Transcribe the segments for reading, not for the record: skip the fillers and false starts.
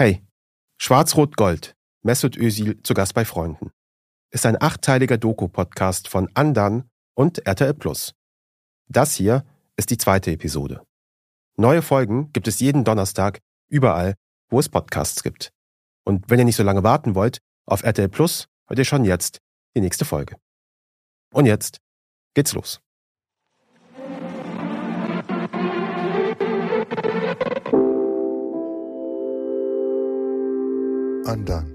Hey, Schwarz-Rot-Gold, Mesut Özil zu Gast bei Freunden, ist ein 8-teiliger Doku-Podcast von Andan und RTL+. Das hier ist die 2. Episode. Neue Folgen gibt es jeden Donnerstag überall, wo es Podcasts gibt. Und wenn ihr nicht so lange warten wollt, auf RTL+ hört ihr schon jetzt die nächste Folge. Und jetzt geht's los. Andan.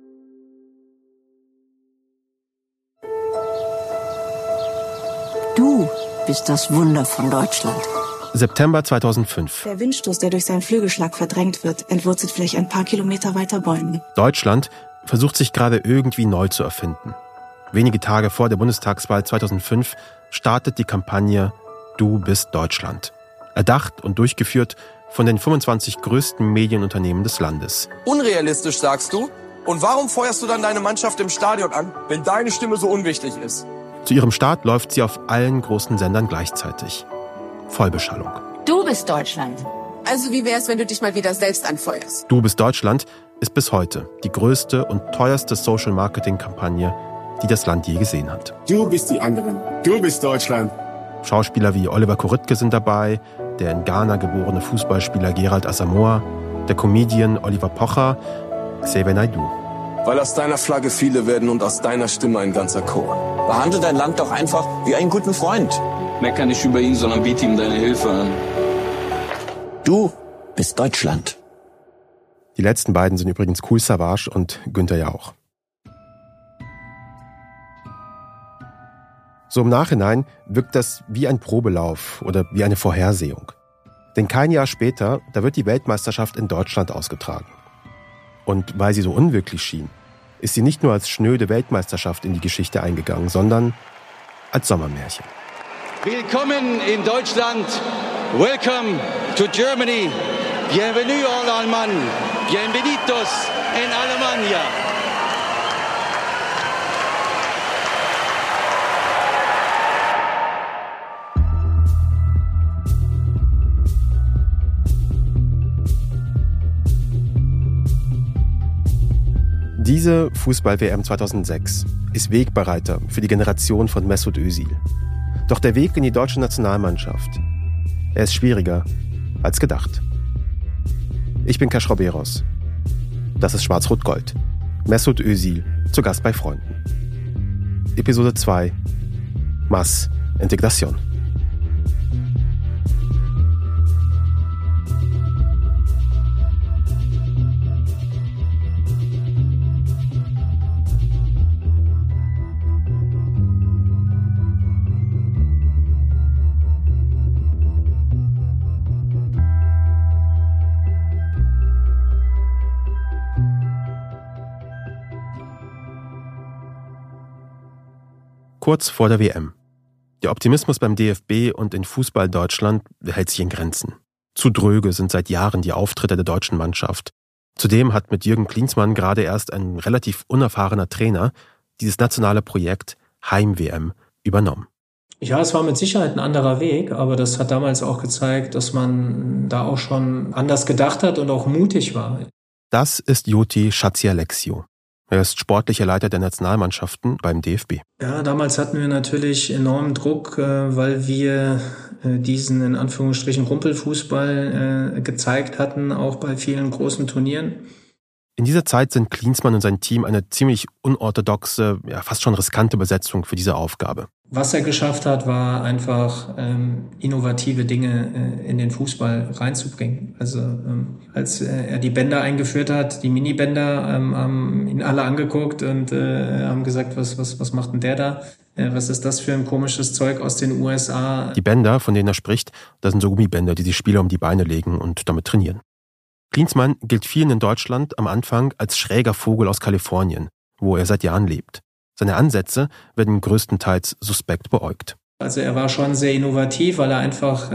Du bist das Wunder von Deutschland. September 2005. Der Windstoß, der durch seinen Flügelschlag verdrängt wird, entwurzelt vielleicht ein paar Kilometer weiter Bäume. Deutschland versucht sich gerade irgendwie neu zu erfinden. Wenige Tage vor der Bundestagswahl 2005 startet die Kampagne Du bist Deutschland. Erdacht und durchgeführt von den 25 größten Medienunternehmen des Landes. Unrealistisch, sagst du? Und warum feuerst du dann deine Mannschaft im Stadion an, wenn deine Stimme so unwichtig ist? Zu ihrem Start läuft sie auf allen großen Sendern gleichzeitig. Vollbeschallung. Du bist Deutschland. Also wie wär's, wenn du dich mal wieder selbst anfeuerst? Du bist Deutschland ist bis heute die größte und teuerste Social-Marketing-Kampagne, die das Land je gesehen hat. Du bist die anderen. Du bist Deutschland. Schauspieler wie Oliver Korytke sind dabei, der in Ghana geborene Fußballspieler Gerald Asamoah, der Comedian Oliver Pocher, Xavier Naidoo. Weil aus deiner Flagge viele werden und aus deiner Stimme ein ganzer Chor. Behandle dein Land doch einfach wie einen guten Freund. Mecker nicht über ihn, sondern biete ihm deine Hilfe an. Du bist Deutschland. Die letzten beiden sind übrigens Kool Savas und Günther Jauch. So im Nachhinein wirkt das wie ein Probelauf oder wie eine Vorhersehung. Denn kein Jahr später, da wird die Weltmeisterschaft in Deutschland ausgetragen. Und weil sie so unwirklich schien, ist sie nicht nur als schnöde Weltmeisterschaft in die Geschichte eingegangen, sondern als Sommermärchen. Willkommen in Deutschland. Welcome to Germany. Bienvenue en Allemagne. Bienvenidos en Alemania. Diese Fußball-WM 2006 ist Wegbereiter für die Generation von Mesut Özil. Doch der Weg in die deutsche Nationalmannschaft, er ist schwieriger als gedacht. Ich bin Kaspar Beros. Das ist Schwarz-Rot-Gold. Mesut Özil zu Gast bei Freunden. Episode 2. Más Integración. Kurz vor der WM. Der Optimismus beim DFB und in Fußball Deutschland hält sich in Grenzen. Zu dröge sind seit Jahren die Auftritte der deutschen Mannschaft. Zudem hat mit Jürgen Klinsmann gerade erst ein relativ unerfahrener Trainer dieses nationale Projekt Heim-WM übernommen. Ja, es war mit Sicherheit ein anderer Weg, aber das hat damals auch gezeigt, dass man da auch schon anders gedacht hat und auch mutig war. Das ist Joti Schatzialexio. Er ist sportlicher Leiter der Nationalmannschaften beim DFB. Ja, damals hatten wir natürlich enormen Druck, weil wir diesen in Anführungsstrichen Rumpelfußball gezeigt hatten, auch bei vielen großen Turnieren. In dieser Zeit sind Klinsmann und sein Team eine ziemlich unorthodoxe, ja fast schon riskante Besetzung für diese Aufgabe. Was er geschafft hat, war einfach innovative Dinge in den Fußball reinzubringen. Also als er die Bänder eingeführt hat, die Minibänder, haben ihn alle angeguckt und haben gesagt, was macht denn der da? Was ist das für ein komisches Zeug aus den USA? Die Bänder, von denen er spricht, das sind so Gummibänder, die die Spieler um die Beine legen und damit trainieren. Klinsmann gilt vielen in Deutschland am Anfang als schräger Vogel aus Kalifornien, wo er seit Jahren lebt. Seine Ansätze werden größtenteils suspekt beäugt. Also er war schon sehr innovativ, weil er einfach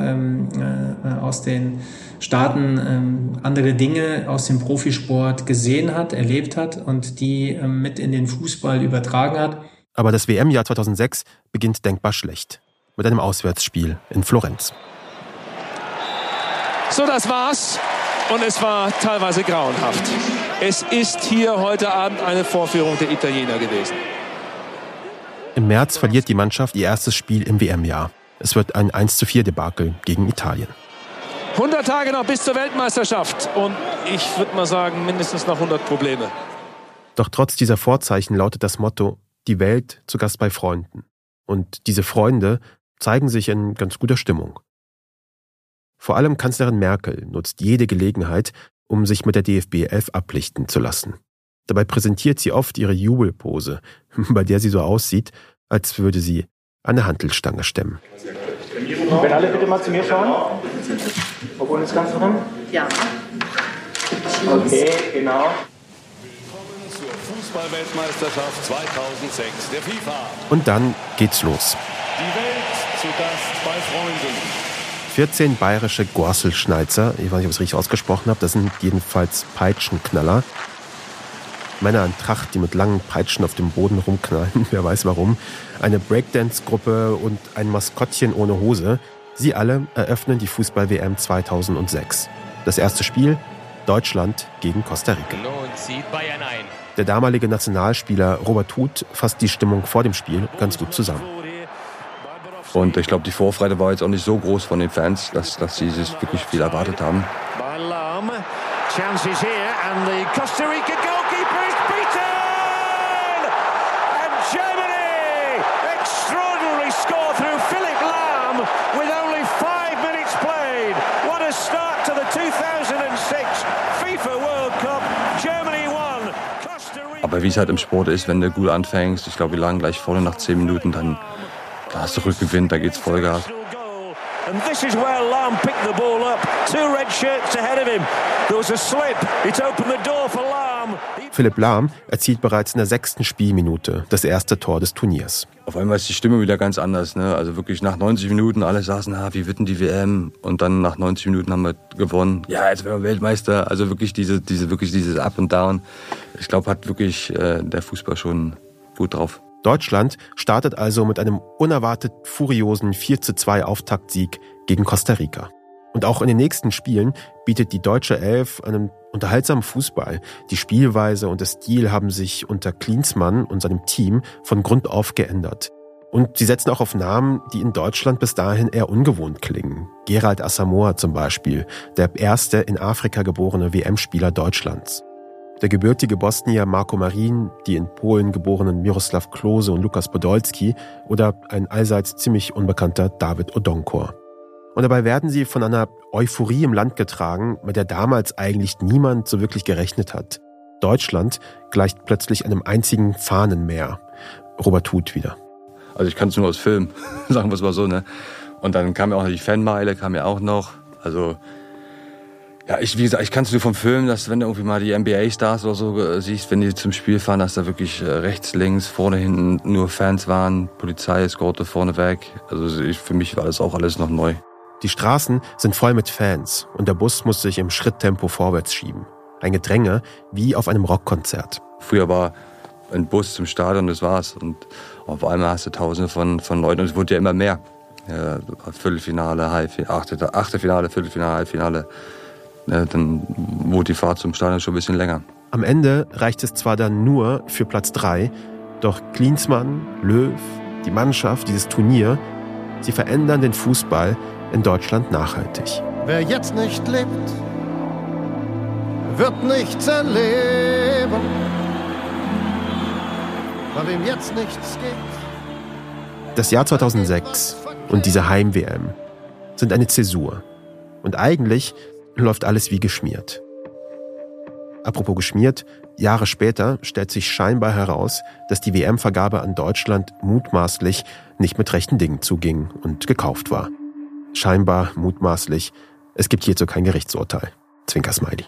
aus den Staaten andere Dinge aus dem Profisport gesehen hat, erlebt hat und die mit in den Fußball übertragen hat. Aber das WM-Jahr 2006 beginnt denkbar schlecht. Mit einem Auswärtsspiel in Florenz. So, das war's. und es war teilweise grauenhaft. Es ist hier heute Abend eine Vorführung der Italiener gewesen. Im März verliert die Mannschaft ihr erstes Spiel im WM-Jahr. Es wird ein 1:4-Debakel gegen Italien. 100 Tage noch bis zur Weltmeisterschaft und ich würde mal sagen, mindestens noch 100 Probleme. Doch trotz dieser Vorzeichen lautet das Motto: Die Welt zu Gast bei Freunden. Und diese Freunde zeigen sich in ganz guter Stimmung. Vor allem Kanzlerin Merkel nutzt jede Gelegenheit, um sich mit der DFB 11 ablichten zu lassen. Dabei präsentiert sie oft ihre Jubelpose, bei der sie so aussieht, als würde sie eine Hantelstange stemmen. Wenn alle bitte mal zu mir schauen. Frau Bundeskanzlerin? Ja. Okay, genau. Willkommen zur Fußball-Weltmeisterschaft 2006 der FIFA. Und dann geht's los. Die Welt zu Gast bei Freunden. 14 bayerische Gorselschneizer, ich weiß nicht, ob ich es richtig ausgesprochen habe, das sind jedenfalls Peitschenknaller. Männer in Tracht, die mit langen Peitschen auf dem Boden rumknallen, wer weiß warum. Eine Breakdance-Gruppe und ein Maskottchen ohne Hose. Sie alle eröffnen die Fußball-WM 2006. Das erste Spiel: Deutschland gegen Costa Rica. Nun zieht Bayern ein. Der damalige Nationalspieler Robert Huth fasst die Stimmung vor dem Spiel ganz gut zusammen. Und ich glaube, die Vorfreude war jetzt auch nicht so groß von den Fans, dass sie sich wirklich viel erwartet haben. Chances here and the Costa Rica goalkeeper is beaten! And Germany! Extraordinary score through Philipp Lahm with only 5 minutes played. What a start to the 2006 FIFA World Cup. Germany won. Costa Rica. Aber wie es halt im Sport ist, wenn du gut anfängst, ich glaube, wir lagen gleich vorne nach 10 Minuten, dann hast du Rückgewinn, da geht's Vollgas. And this is where Lahm picked the ball up. 2 red shirts ahead of him. There was a slip. It opened the door for Lahm. Philipp Lahm erzielt bereits in der 6. Spielminute das erste Tor des Turniers. Auf einmal ist die Stimme wieder ganz anders, ne? Also wirklich nach 90 Minuten, alle saßen, wie wird denn die WM? Und dann nach 90 Minuten haben wir gewonnen. Ja, jetzt werden wir Weltmeister. Also wirklich dieses Up and Down. Ich glaube, hat wirklich der Fußball schon gut drauf. Deutschland startet also mit einem unerwartet furiosen 4:2 Auftaktsieg gegen Costa Rica. Und auch in den nächsten Spielen bietet die deutsche Elf einen unterhaltsamen Fußball. Die Spielweise und der Stil haben sich unter Klinsmann und seinem Team von Grund auf geändert. Und sie setzen auch auf Namen, die in Deutschland bis dahin eher ungewohnt klingen. Gerald Asamoah zum Beispiel, der erste in Afrika geborene WM-Spieler Deutschlands. Der gebürtige Bosnier Marko Marin, die in Polen geborenen Miroslav Klose und Lukas Podolski oder ein allseits ziemlich unbekannter David Odonkor. Und dabei werden sie von einer Euphorie im Land getragen, mit der damals eigentlich niemand so wirklich gerechnet hat. Deutschland gleicht plötzlich einem einzigen Fahnenmeer. Robert Huth wieder. Also ich kann es nur aus Film, sagen wir es mal so, ne? Und dann kam ja auch noch die Fanmeile, kam ja auch noch. Also ja, wie gesagt, ich kann es nur vom Film, dass wenn du irgendwie mal die NBA-Stars oder so siehst, wenn die zum Spiel fahren, dass da wirklich rechts, links, vorne, hinten nur Fans waren, Polizei, Eskorte vorne weg. Also für mich war das auch alles noch neu. Die Straßen sind voll mit Fans und der Bus muss sich im Schritttempo vorwärts schieben. Ein Gedränge wie auf einem Rockkonzert. Früher war ein Bus zum Stadion, das war's. Und auf einmal hast du Tausende von Leuten und es wurde ja immer mehr. Ja, Viertelfinale, Achtelfinale, Viertelfinale, Halbfinale. Ja, dann wurde die Fahrt zum Stadion schon ein bisschen länger. Am Ende reicht es zwar dann nur für Platz 3, doch Klinsmann, Löw, die Mannschaft, dieses Turnier, sie verändern den Fußball in Deutschland nachhaltig. Wer jetzt nicht lebt, wird nichts erleben. Bei wem jetzt nichts geht. Das Jahr 2006 und diese Heim-WM sind eine Zäsur. Und eigentlich läuft alles wie geschmiert. Apropos geschmiert, Jahre später stellt sich scheinbar heraus, dass die WM-Vergabe an Deutschland mutmaßlich nicht mit rechten Dingen zuging und gekauft war. Scheinbar, mutmaßlich, es gibt hierzu kein Gerichtsurteil. Zwinker-Smiley.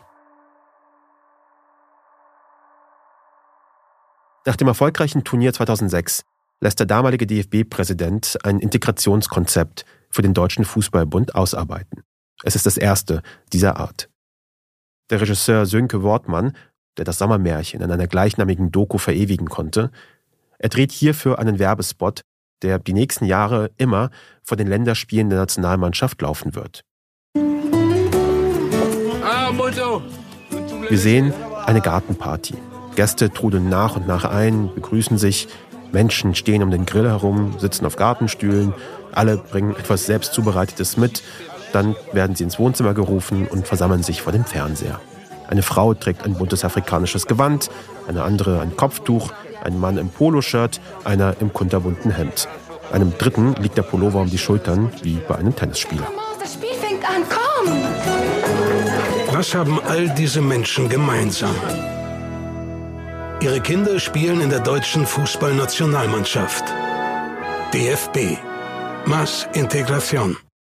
Nach dem erfolgreichen Turnier 2006 lässt der damalige DFB-Präsident ein Integrationskonzept für den Deutschen Fußballbund ausarbeiten. Es ist das erste dieser Art. Der Regisseur Sönke Wortmann, der das Sommermärchen in einer gleichnamigen Doku verewigen konnte, er dreht hierfür einen Werbespot, der die nächsten Jahre immer vor den Länderspielen der Nationalmannschaft laufen wird. I Wir sehen eine Gartenparty. Gäste trudeln nach und nach ein, begrüßen sich. Menschen stehen um den Grill herum, sitzen auf Gartenstühlen. Alle bringen etwas selbst Zubereitetes mit. Dann werden sie ins Wohnzimmer gerufen und versammeln sich vor dem Fernseher. Eine Frau trägt ein buntes afrikanisches Gewand, eine andere ein Kopftuch, ein Mann im Poloshirt, einer im kunterbunten Hemd. Einem dritten liegt der Pullover um die Schultern, wie bei einem Tennisspieler. Das Spiel fängt an, komm! Was haben all diese Menschen gemeinsam? Ihre Kinder spielen in der deutschen Fußballnationalmannschaft. DFB. Massintegration.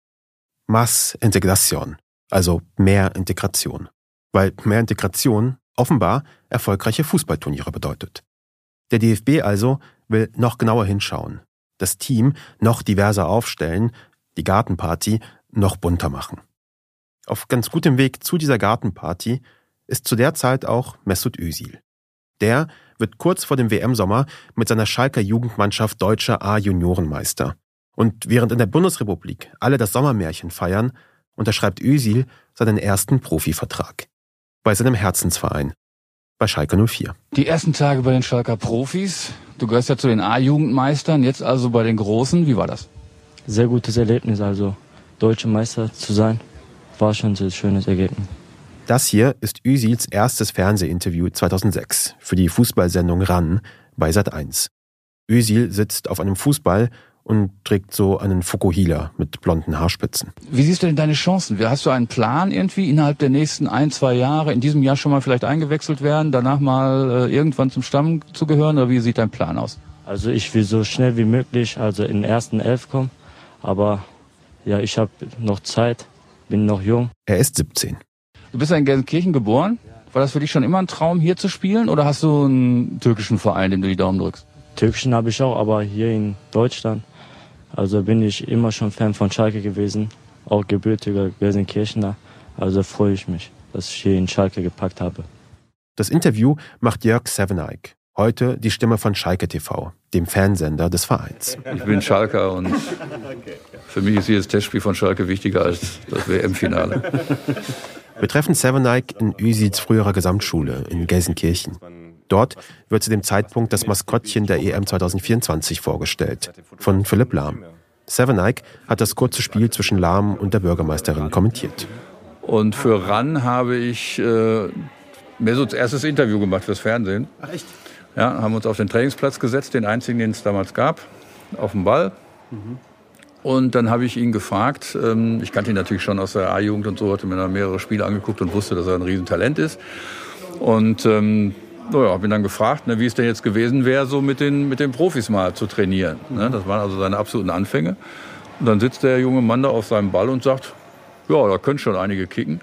Massintegration, also mehr Integration. Weil mehr Integration offenbar erfolgreiche Fußballturniere bedeutet. Der DFB also will noch genauer hinschauen, das Team noch diverser aufstellen, die Gartenparty noch bunter machen. Auf ganz gutem Weg zu dieser Gartenparty ist zu der Zeit auch Mesut Özil. Der wird kurz vor dem WM-Sommer mit seiner Schalker Jugendmannschaft deutscher A-Juniorenmeister. Und während in der Bundesrepublik alle das Sommermärchen feiern, unterschreibt Özil seinen ersten Profivertrag. Bei seinem Herzensverein, bei Schalke 04. Die ersten Tage bei den Schalker Profis. Du gehörst ja zu den A-Jugendmeistern, jetzt also bei den Großen. Wie war das? Sehr gutes Erlebnis, also deutsche Meister zu sein, war schon ein sehr schönes Ergebnis. Das hier ist Özils erstes Fernsehinterview 2006 für die Fußballsendung RAN bei Sat.1. Özil sitzt auf einem Fußball und trägt so einen Fukuhila mit blonden Haarspitzen. Wie siehst du denn deine Chancen? Hast du einen Plan irgendwie innerhalb der nächsten 1-2 Jahre, in diesem Jahr schon mal vielleicht eingewechselt werden, danach mal irgendwann zum Stamm zu gehören, oder wie sieht dein Plan aus? Also ich will so schnell wie möglich in den ersten 11 kommen, aber ja, ich habe noch Zeit, bin noch jung. Er ist 17. Du bist ja in Gelsenkirchen geboren. War das für dich schon immer ein Traum, hier zu spielen, oder hast du einen türkischen Verein, dem du die Daumen drückst? Türkischen habe ich auch, aber hier in Deutschland. Also bin ich immer schon Fan von Schalke gewesen, auch gebürtiger Gelsenkirchener. Also freue ich mich, dass ich hier in Schalke gepackt habe. Das Interview macht Jörg Seveneik, heute die Stimme von Schalke TV, dem Fansender des Vereins. Ich bin Schalker und für mich ist jedes Testspiel von Schalke wichtiger als das WM-Finale. Wir treffen Seveneik in Özils früherer Gesamtschule in Gelsenkirchen. Dort wird zu dem Zeitpunkt das Maskottchen der EM 2024 vorgestellt, von Philipp Lahm. Seveneik hat das kurze Spiel zwischen Lahm und der Bürgermeisterin kommentiert. Und für RAN habe ich Mesuts erstes Interview gemacht fürs Fernsehen. Ach echt? Ja, haben uns auf den Trainingsplatz gesetzt, den einzigen, den es damals gab, auf dem Ball. Mhm. Und dann habe ich ihn gefragt, ich kannte ihn natürlich schon aus der A-Jugend und so, hatte mir dann mehrere Spiele angeguckt und wusste, dass er ein Riesentalent ist. Und habe ihn dann gefragt, wie es denn jetzt gewesen wäre, so mit den Profis mal zu trainieren. Ne? Das waren also seine absoluten Anfänge. Und dann sitzt der junge Mann da auf seinem Ball und sagt, ja, da können schon einige kicken.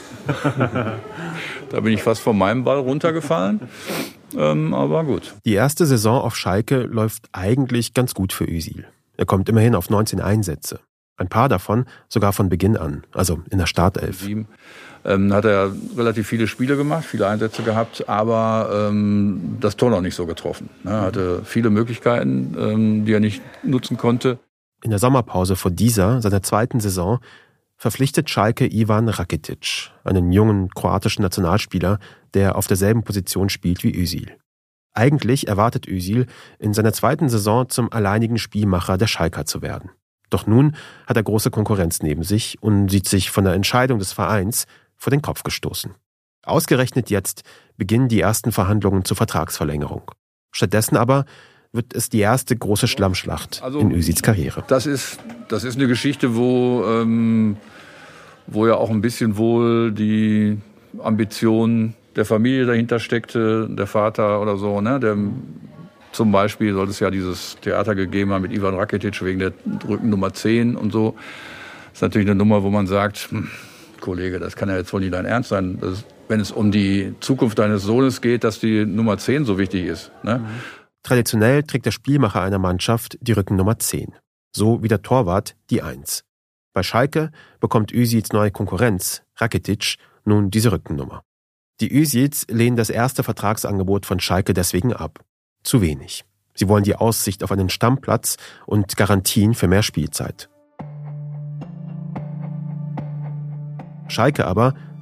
Da bin ich fast von meinem Ball runtergefallen, aber gut. Die erste Saison auf Schalke läuft eigentlich ganz gut für Özil. Er kommt immerhin auf 19 Einsätze. Ein paar davon sogar von Beginn an, also in der Startelf. Hat er relativ viele Spiele gemacht, viele Einsätze gehabt, aber das Tor noch nicht so getroffen. Er hatte viele Möglichkeiten, die er nicht nutzen konnte. In der Sommerpause vor seiner zweiten Saison, verpflichtet Schalke Ivan Rakitic, einen jungen kroatischen Nationalspieler, der auf derselben Position spielt wie Özil. Eigentlich erwartet Özil, in seiner zweiten Saison zum alleinigen Spielmacher der Schalker zu werden. Doch nun hat er große Konkurrenz neben sich und sieht sich von der Entscheidung des Vereins vor den Kopf gestoßen. Ausgerechnet jetzt beginnen die ersten Verhandlungen zur Vertragsverlängerung. Stattdessen aber wird es die erste große Schlammschlacht in Özils Karriere. Das ist eine Geschichte, wo ja auch ein bisschen wohl die Ambition der Familie dahinter steckte, der Vater oder so, der zum Beispiel sollte es ja dieses Theater gegeben haben mit Ivan Rakitic wegen der Rückennummer 10 und so. Das ist natürlich eine Nummer, wo man sagt, Kollege, das kann ja jetzt wohl nicht dein Ernst sein, wenn es um die Zukunft deines Sohnes geht, dass die Nummer 10 so wichtig ist. Ne? Mhm. Traditionell trägt der Spielmacher einer Mannschaft die Rückennummer 10, so wie der Torwart die 1. Bei Schalke bekommt Özils neue Konkurrenz, Rakitic, nun diese Rückennummer. Die Özils lehnen das erste Vertragsangebot von Schalke deswegen ab. Zu wenig. Sie wollen die Aussicht auf einen Stammplatz und Garantien für mehr Spielzeit. Schalke aber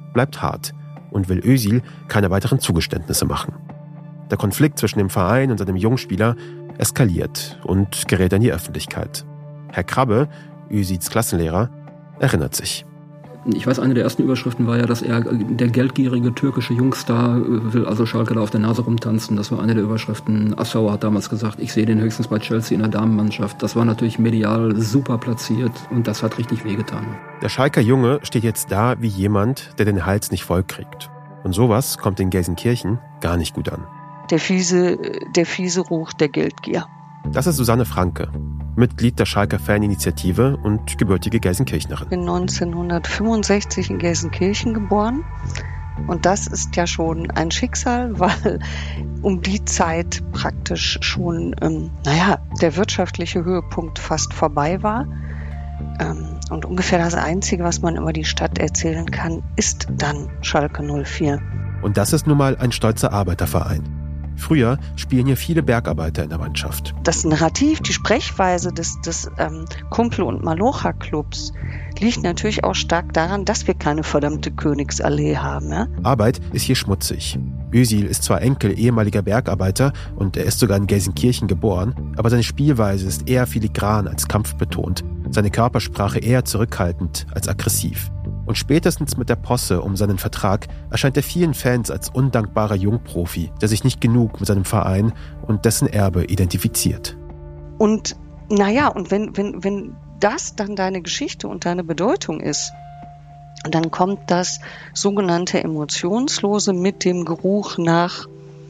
bleibt hart und will Özil keine weiteren Zugeständnisse machen. Der Konflikt zwischen dem Verein und seinem Jungspieler eskaliert und gerät in die Öffentlichkeit. Herr Krabbe, Özils Klassenlehrer, erinnert sich. Ich weiß, eine der ersten Überschriften war ja, dass er, der geldgierige türkische Jungstar, will also Schalke da auf der Nase rumtanzen. Das war eine der Überschriften. Assauer hat damals gesagt, ich sehe den höchstens bei Chelsea in der Damenmannschaft. Das war natürlich medial super platziert und das hat richtig wehgetan. Der Schalker Junge steht jetzt da wie jemand, der den Hals nicht voll kriegt. Und sowas kommt in Gelsenkirchen gar nicht gut an. Der fiese Ruch der Geldgier. Das ist Susanne Franke, Mitglied der Schalker Faninitiative und gebürtige Gelsenkirchnerin. Ich bin 1965 in Gelsenkirchen geboren. Und das ist ja schon ein Schicksal, weil um die Zeit praktisch schon der wirtschaftliche Höhepunkt fast vorbei war. Und ungefähr das Einzige, was man über die Stadt erzählen kann, ist dann Schalke 04. Und das ist nun mal ein stolzer Arbeiterverein. Früher spielen hier viele Bergarbeiter in der Mannschaft. Das Narrativ, die Sprechweise des Kumpel- und Malocha-Clubs liegt natürlich auch stark daran, dass wir keine verdammte Königsallee haben. Ja? Arbeit ist hier schmutzig. Özil ist zwar Enkel ehemaliger Bergarbeiter und er ist sogar in Gelsenkirchen geboren, aber seine Spielweise ist eher filigran als kampfbetont, seine Körpersprache eher zurückhaltend als aggressiv. Und spätestens mit der Posse um seinen Vertrag erscheint er vielen Fans als undankbarer Jungprofi, der sich nicht genug mit seinem Verein und dessen Erbe identifiziert. Und wenn das dann deine Geschichte und deine Bedeutung ist, dann kommt das sogenannte Emotionslose mit dem Geruch nach,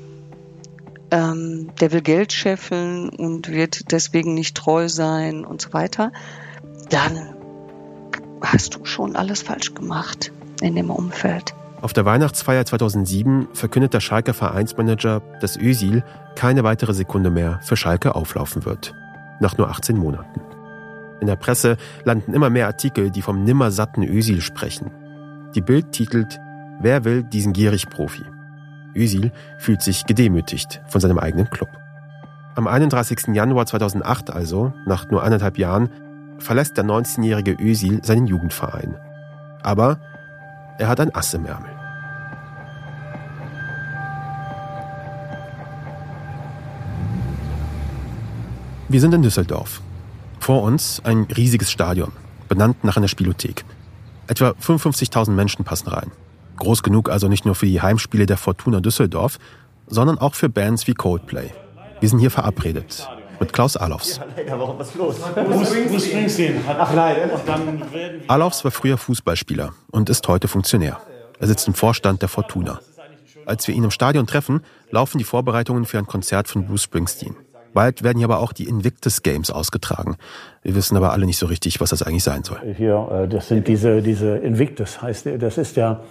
der will Geld scheffeln und wird deswegen nicht treu sein und so weiter, dann hast du schon alles falsch gemacht in dem Umfeld. Auf der Weihnachtsfeier 2007 verkündet der Schalker Vereinsmanager, dass Özil keine weitere Sekunde mehr für Schalke auflaufen wird. Nach nur 18 Monaten. In der Presse landen immer mehr Artikel, die vom nimmersatten Özil sprechen. Die Bild titelt: Wer will diesen Gierig-Profi? Özil fühlt sich gedemütigt von seinem eigenen Club. Am 31. Januar 2008 also, nach nur 1,5 Jahren, verlässt der 19-jährige Özil seinen Jugendverein. Aber er hat ein Ass im Ärmel. Wir sind in Düsseldorf. Vor uns ein riesiges Stadion, benannt nach einer Spielothek. Etwa 55.000 Menschen passen rein. Groß genug also nicht nur für die Heimspiele der Fortuna Düsseldorf, sondern auch für Bands wie Coldplay. Wir sind hier verabredet. Mit Klaus Allofs. Ja, leider, warum was los? Bruce Springsteen. Ach nein. Allofs war früher Fußballspieler und ist heute Funktionär. Er sitzt im Vorstand der Fortuna. Als wir ihn im Stadion treffen, laufen die Vorbereitungen für ein Konzert von Bruce Springsteen. Bald werden hier aber auch die Invictus Games ausgetragen. Wir wissen aber alle nicht so richtig, was das eigentlich sein soll. Hier, das sind diese Invictus, heißt, das ist ja,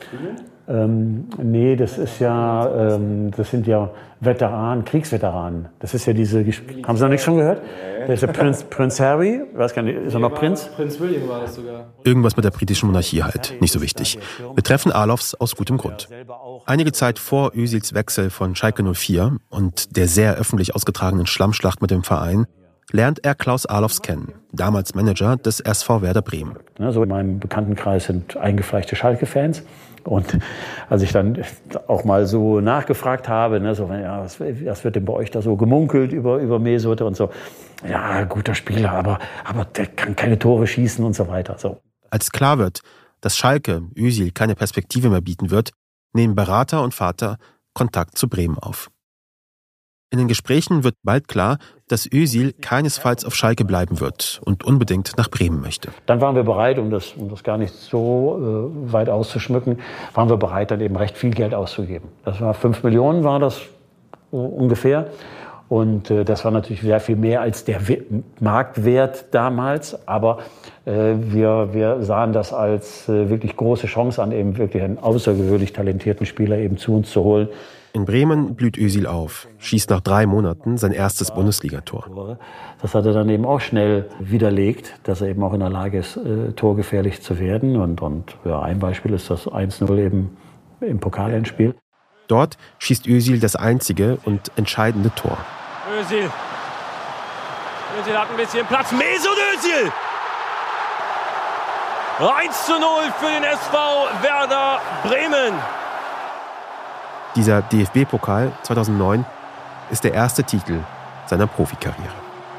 das sind ja Veteranen, Kriegsveteranen. Das ist ja diese, haben Sie noch nichts von gehört? Der ist der Prinz Harry, weiß gar nicht, ist er noch Prinz? Prinz William war das sogar. Irgendwas mit der britischen Monarchie halt, nicht so wichtig. Wir treffen Allofs aus gutem Grund. Einige Zeit vor Özils Wechsel von Schalke 04 und der sehr öffentlich ausgetragenen Schlammschlacht mit dem Verein, lernt er Klaus Allofs kennen, damals Manager des SV Werder Bremen. So in meinem Bekanntenkreis sind eingefleischte Schalke-Fans. Und als ich dann auch mal so nachgefragt habe, was wird denn bei euch da so gemunkelt über Mesut und so. Ja, guter Spieler, aber der kann keine Tore schießen und so weiter. So. Als klar wird, dass Schalke Özil keine Perspektive mehr bieten wird, nehmen Berater und Vater Kontakt zu Bremen auf. In den Gesprächen wird bald klar, dass Özil keinesfalls auf Schalke bleiben wird und unbedingt nach Bremen möchte. Dann waren wir bereit, um das gar nicht so weit auszuschmücken, waren wir bereit, dann eben recht viel Geld auszugeben. Das war 5 Millionen, war das ungefähr. Und das war natürlich sehr viel mehr als der Marktwert damals. Aber wir sahen das als wirklich große Chance an, eben wirklich einen außergewöhnlich talentierten Spieler eben zu uns zu holen. In Bremen blüht Özil auf, schießt nach 3 Monaten sein erstes Bundesligator. Das hat er dann eben auch schnell widerlegt, dass er eben auch in der Lage ist, torgefährlich zu werden. Und ein Beispiel ist das 1-0 eben im Pokalendspiel. Dort schießt Özil das einzige und entscheidende Tor. Özil hat ein bisschen Platz. Mesut Özil! 1:0 für den SV Werder Bremen. Dieser DFB-Pokal 2009 ist der erste Titel seiner Profikarriere.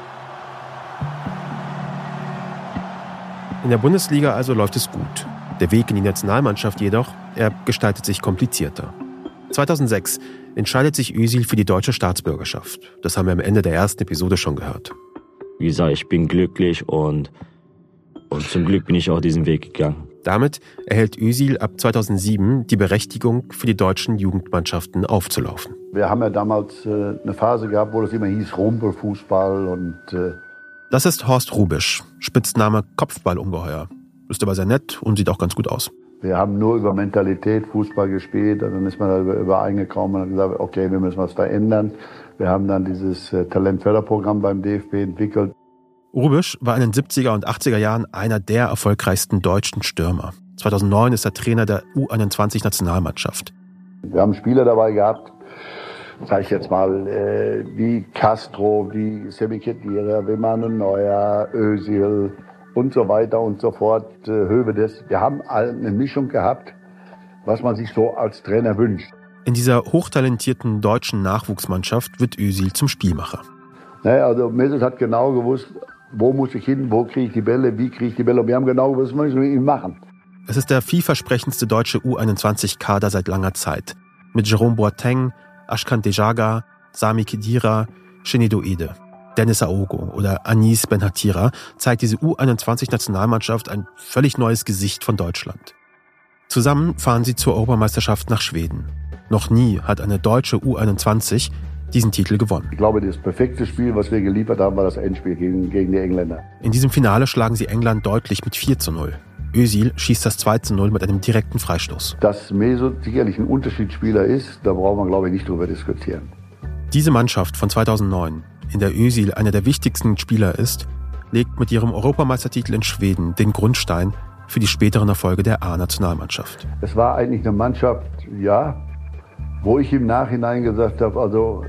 In der Bundesliga also läuft es gut. Der Weg in die Nationalmannschaft jedoch, er gestaltet sich komplizierter. 2006 entscheidet sich Özil für die deutsche Staatsbürgerschaft. Das haben wir am Ende der ersten Episode schon gehört. Wie gesagt, ich bin glücklich und zum Glück bin ich auch diesen Weg gegangen. Damit erhält Özil ab 2007 die Berechtigung, für die deutschen Jugendmannschaften aufzulaufen. Wir haben ja damals eine Phase gehabt, wo das immer hieß Rumpelfußball und... Das ist Horst Hrubisch, Spitzname Kopfballungeheuer. Ist aber sehr nett und sieht auch ganz gut aus. Wir haben nur über Mentalität Fußball gespielt und dann ist man da übereingekommen und hat gesagt, okay, wir müssen was verändern. Wir haben dann dieses Talentförderprogramm beim DFB entwickelt. Hrubisch war in den 70er und 80er Jahren einer der erfolgreichsten deutschen Stürmer. 2009 ist er Trainer der U21-Nationalmannschaft. Wir haben Spieler dabei gehabt, sag ich jetzt mal, wie Castro, wie Semi Khedira, wie Manu Neuer, Özil und so weiter und so fort, Hövedes. Wir haben eine Mischung gehabt, was man sich so als Trainer wünscht. In dieser hochtalentierten deutschen Nachwuchsmannschaft wird Özil zum Spielmacher. Naja, also Mesut hat genau gewusst, wo muss ich hin, wo kriege ich die Bälle, wie kriege ich die Bälle. Und wir haben genau gewusst, was wir mit ihm machen. Es ist der vielversprechendste deutsche U21-Kader seit langer Zeit. Mit Jerome Boateng, Ashkan Dejaga, Sami Khedira, Shenedo Ede, Dennis Aogo oder Anis Benhatira zeigt diese U21-Nationalmannschaft ein völlig neues Gesicht von Deutschland. Zusammen fahren sie zur Europameisterschaft nach Schweden. Noch nie hat eine deutsche U21 diesen Titel gewonnen. Ich glaube, das perfekte Spiel, was wir geliefert haben, war das Endspiel gegen die Engländer. In diesem Finale schlagen sie England deutlich mit 4:0. Özil schießt das 2:0 mit einem direkten Freistoß. Dass Mesut sicherlich ein Unterschiedsspieler ist, da brauchen wir, glaube ich, nicht drüber diskutieren. Diese Mannschaft von 2009, in der Özil einer der wichtigsten Spieler ist, legt mit ihrem Europameistertitel in Schweden den Grundstein für die späteren Erfolge der A-Nationalmannschaft. Es war eigentlich eine Mannschaft, ja, wo ich im Nachhinein gesagt habe, also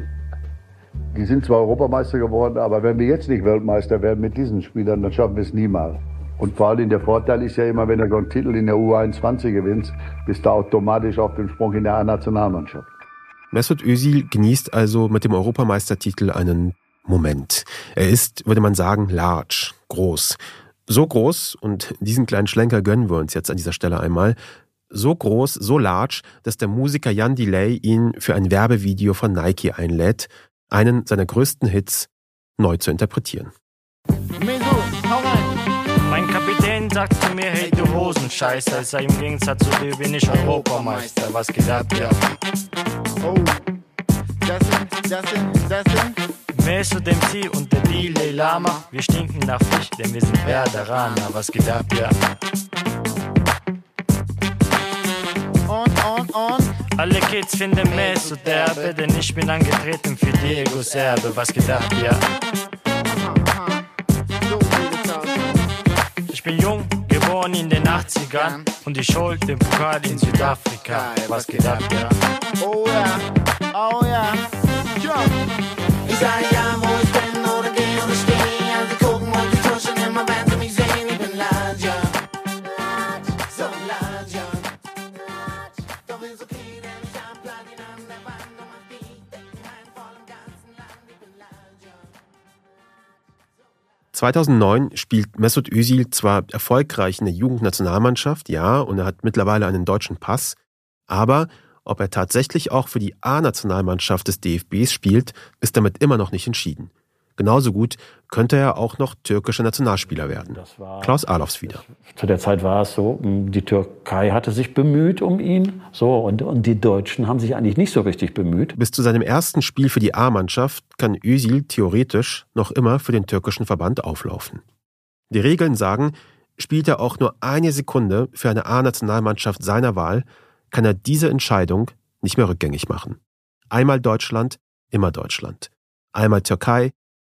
die sind zwar Europameister geworden, aber wenn wir jetzt nicht Weltmeister werden mit diesen Spielern, dann schaffen wir es niemals. Und vor allem der Vorteil ist ja immer, wenn du so einen Titel in der U21 gewinnst, bist du automatisch auf dem Sprung in der A-Nationalmannschaft. Mesut Özil genießt also mit dem Europameistertitel einen Moment. Er ist, würde man sagen, large, groß. So groß, und diesen kleinen Schlenker gönnen wir uns jetzt an dieser Stelle einmal, so groß, so large, dass der Musiker Jan Delay ihn für ein Werbevideo von Nike einlädt, einen seiner größten Hits neu zu interpretieren. Mesut, hau rein! Mein Kapitän sagt zu mir, hey du Hosenscheißer, ich sag im Gegensatz zu dir bin ich Europameister, was geht ab, ja? Oh, das sind Mesut MC und der Dalai Lama, wir stinken nach Fisch, denn wir sind Werderaner, was geht ab, ja? Und? Alle Kids finden Mesut derbe, denn ich bin angetreten für Diegos Erbe, was geht ab, ja? Ich bin jung, geboren in den 80ern und ich hol den Pokal in Südafrika, was geht ab, ja? Oh ja, jump! Ich sag ja, wo ich bin oder geh oder steh, also gucken und die tuschen immer, wenn sie mich sehen, ich bin large, ja. So large, ja. Doch ist okay, denn ich hab Platin an der Wand und mach Beat, denk mein voll im ganzen Land, ich bin large, ja. 2009 spielt Mesut Özil zwar erfolgreich in der Jugendnationalmannschaft, ja, und er hat mittlerweile einen deutschen Pass, aber ob er tatsächlich auch für die A-Nationalmannschaft des DFBs spielt, ist damit immer noch nicht entschieden. Genauso gut könnte er auch noch türkischer Nationalspieler werden. Klaus Alofs wieder. Zu der Zeit war es so, die Türkei hatte sich bemüht um ihn, so, und die Deutschen haben sich eigentlich nicht so richtig bemüht. Bis zu seinem ersten Spiel für die A-Mannschaft kann Özil theoretisch noch immer für den türkischen Verband auflaufen. Die Regeln sagen, spielt er auch nur eine Sekunde für eine A-Nationalmannschaft seiner Wahl, kann er diese Entscheidung nicht mehr rückgängig machen. Einmal Deutschland, immer Deutschland. Einmal Türkei,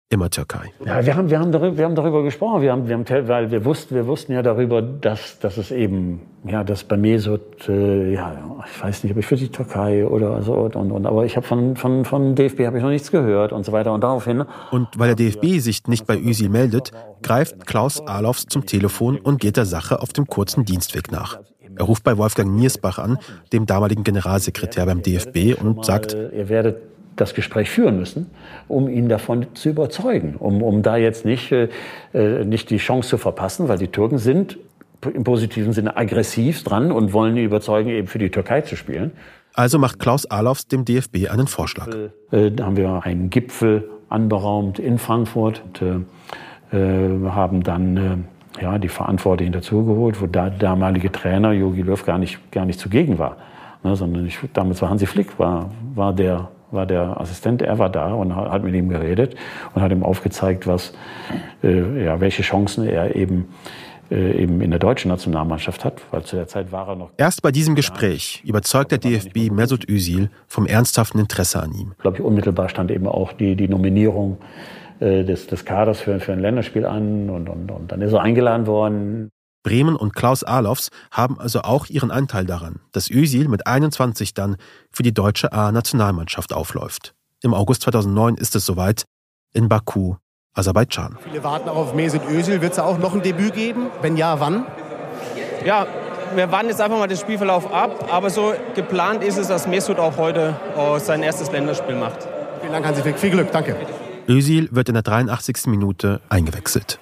immer Türkei. Ja, wir haben darüber gesprochen. Weil wir wussten ja darüber, dass es eben, ja, dass bei Mesut, ich weiß nicht, ob ich für die Türkei oder so, aber ich habe von DFB habe ich noch nichts gehört und so weiter und daraufhin. Und weil der DFB sich nicht bei Özil meldet, greift Klaus Allofs zum Telefon und geht der Sache auf dem kurzen Dienstweg nach. Er ruft bei Wolfgang Niersbach an, dem damaligen Generalsekretär beim DFB, und sagt: Ihr werdet das Gespräch führen müssen, um ihn davon zu überzeugen, um da jetzt nicht die Chance zu verpassen, weil die Türken sind im positiven Sinne aggressiv dran und wollen ihn überzeugen, eben für die Türkei zu spielen. Also macht Klaus Allofs dem DFB einen Vorschlag. Da haben wir einen Gipfel anberaumt in Frankfurt und haben dann die Verantwortlichen dazugeholt, wo der damalige Trainer Jogi Löw gar nicht zugegen war, sondern damals war Hansi Flick, war der Assistent, er war da und hat mit ihm geredet und hat ihm aufgezeigt, welche Chancen er eben in der deutschen Nationalmannschaft hat, weil zu der Zeit war er noch... Erst bei diesem Gespräch überzeugt der DFB Mesut Özil vom ernsthaften Interesse an ihm. Ich glaube, unmittelbar stand eben auch die Nominierung des Kaders für ein Länderspiel an und dann ist er eingeladen worden. Bremen und Klaus Allofs haben also auch ihren Anteil daran, dass Özil mit 21 dann für die deutsche A-Nationalmannschaft aufläuft. Im August 2009 ist es soweit in Baku, Aserbaidschan. Viele warten auch auf Mesut Özil. Wird es auch noch ein Debüt geben? Wenn ja, wann? Ja, wir warten jetzt einfach mal den Spielverlauf ab. Aber so geplant ist es, dass Mesut auch heute sein erstes Länderspiel macht. Vielen Dank, Hansi Flick. Viel Glück, danke. Özil wird in der 83. Minute eingewechselt.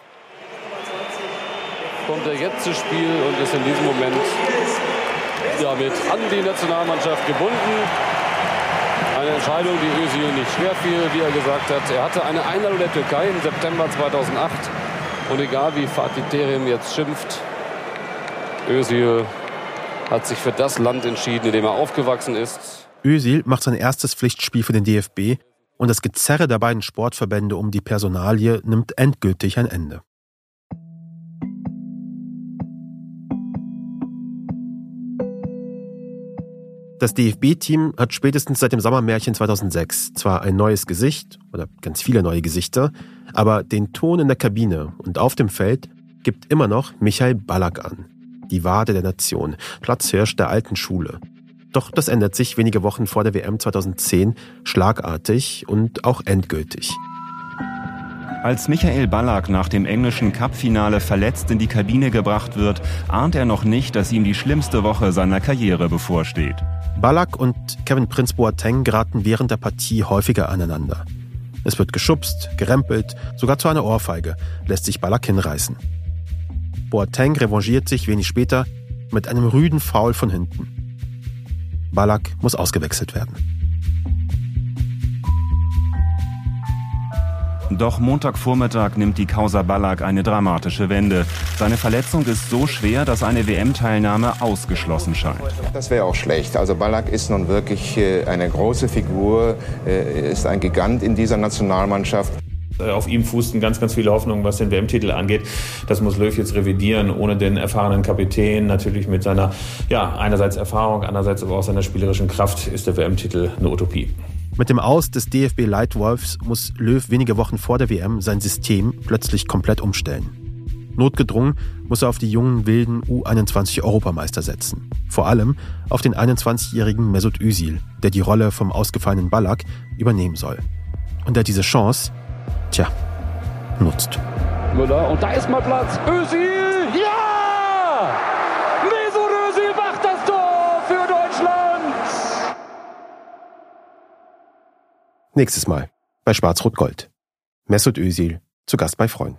Kommt er jetzt zu Spiel und ist in diesem Moment damit an die Nationalmannschaft gebunden. Eine Entscheidung, die Özil nicht schwer fiel, wie er gesagt hat. Er hatte eine Einladung der Türkei im September 2008. Und egal wie Fatih Terim jetzt schimpft, Özil hat sich für das Land entschieden, in dem er aufgewachsen ist. Özil macht sein erstes Pflichtspiel für den DFB und das Gezerre der beiden Sportverbände um die Personalie nimmt endgültig ein Ende. Das DFB-Team hat spätestens seit dem Sommermärchen 2006 zwar ein neues Gesicht oder ganz viele neue Gesichter, aber den Ton in der Kabine und auf dem Feld gibt immer noch Michael Ballack an. Die Wade der Nation, Platzhirsch der alten Schule. Doch das ändert sich wenige Wochen vor der WM 2010 schlagartig und auch endgültig. Als Michael Ballack nach dem englischen Cup-Finale verletzt in die Kabine gebracht wird, ahnt er noch nicht, dass ihm die schlimmste Woche seiner Karriere bevorsteht. Ballack und Kevin Prince Boateng geraten während der Partie häufiger aneinander. Es wird geschubst, gerempelt, sogar zu einer Ohrfeige lässt sich Ballack hinreißen. Boateng revanchiert sich wenig später mit einem rüden Foul von hinten. Ballack muss ausgewechselt werden. Doch Montagvormittag nimmt die Causa Ballack eine dramatische Wende. Seine Verletzung ist so schwer, dass eine WM-Teilnahme ausgeschlossen scheint. Das wäre auch schlecht. Also Ballack ist nun wirklich eine große Figur, ist ein Gigant in dieser Nationalmannschaft. Auf ihm fußten ganz, ganz viele Hoffnungen, was den WM-Titel angeht. Das muss Löw jetzt revidieren, ohne den erfahrenen Kapitän. Natürlich mit seiner, einerseits Erfahrung, andererseits aber auch seiner spielerischen Kraft ist der WM-Titel eine Utopie. Mit dem Aus des DFB-Leitwolfs muss Löw wenige Wochen vor der WM sein System plötzlich komplett umstellen. Notgedrungen muss er auf die jungen, wilden U21-Europameister setzen. Vor allem auf den 21-jährigen Mesut Özil, der die Rolle vom ausgefallenen Ballack übernehmen soll. Und der diese Chance, nutzt. Müller, und da ist mal Platz. Özil! Ja! Mesut Özil macht das Tor für Deutschland! Nächstes Mal bei Schwarz-Rot-Gold. Mesut Özil zu Gast bei Freunden.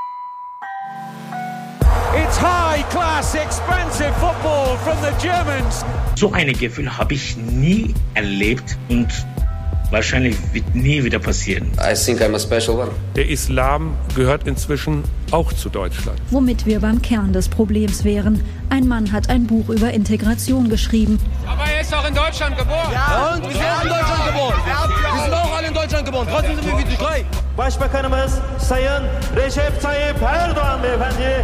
It's high-class, expensive football from the Germans. So ein Gefühl habe ich nie erlebt und wahrscheinlich wird nie wieder passieren. I think I'm a special one. Der Islam gehört inzwischen auch zu Deutschland. Womit wir beim Kern des Problems wären. Ein Mann hat ein Buch über Integration geschrieben. Aber er ist auch in Deutschland geboren. Ja, und wir sind auch in Deutschland geboren. Wir sind auch alle in Deutschland geboren. Trotzdem sind wir wie die Türkei. Başbakanımız Sayın Recep Tayyip Erdoğan beyefendi.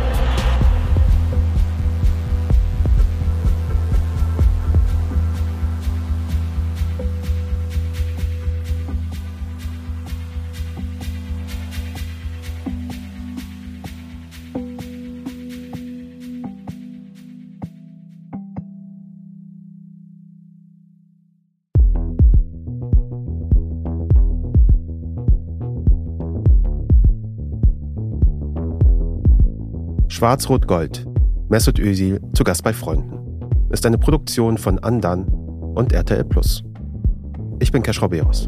Schwarz-Rot-Gold. Mesut Özil zu Gast bei Freunden ist eine Produktion von Andan und RTL+. Ich bin Keschrau Beros.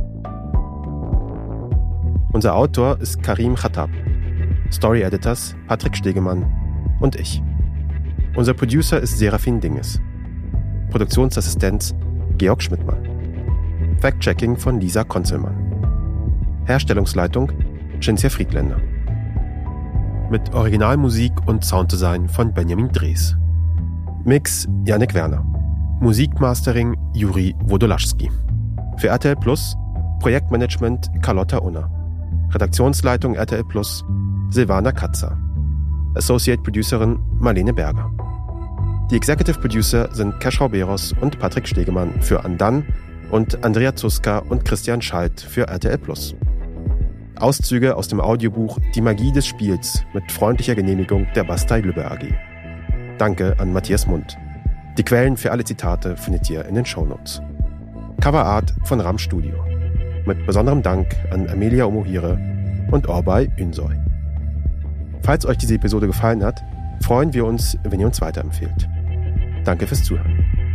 Unser Autor ist Karim Khattab. Story Editors Patrick Stegemann und ich. Unser Producer ist Serafin Dinges. Produktionsassistenz Georg Schmidtmann. Fact-Checking von Lisa Konzelmann. Herstellungsleitung Cinzia Friedländer. Mit Originalmusik und Sounddesign von Benjamin Drees. Mix Jannik Werner. Musikmastering Juri Wodolaschski. Für RTL Plus Projektmanagement Carlotta Unner. Redaktionsleitung RTL Plus Silvana Katzer. Associate Producerin Marlene Berger. Die Executive Producer sind Keschrau Beros und Patrick Stegemann für Andan und Andrea Zuska und Christian Schalt für RTL Plus. Auszüge aus dem Audiobuch Die Magie des Spiels mit freundlicher Genehmigung der Bastei Lübbe AG. Danke an Matthias Mund. Die Quellen für alle Zitate findet ihr in den Shownotes. Coverart von Ram Studio. Mit besonderem Dank an Amelia Omohire und Orbay Ünsoy. Falls euch diese Episode gefallen hat, freuen wir uns, wenn ihr uns weiterempfehlt. Danke fürs Zuhören.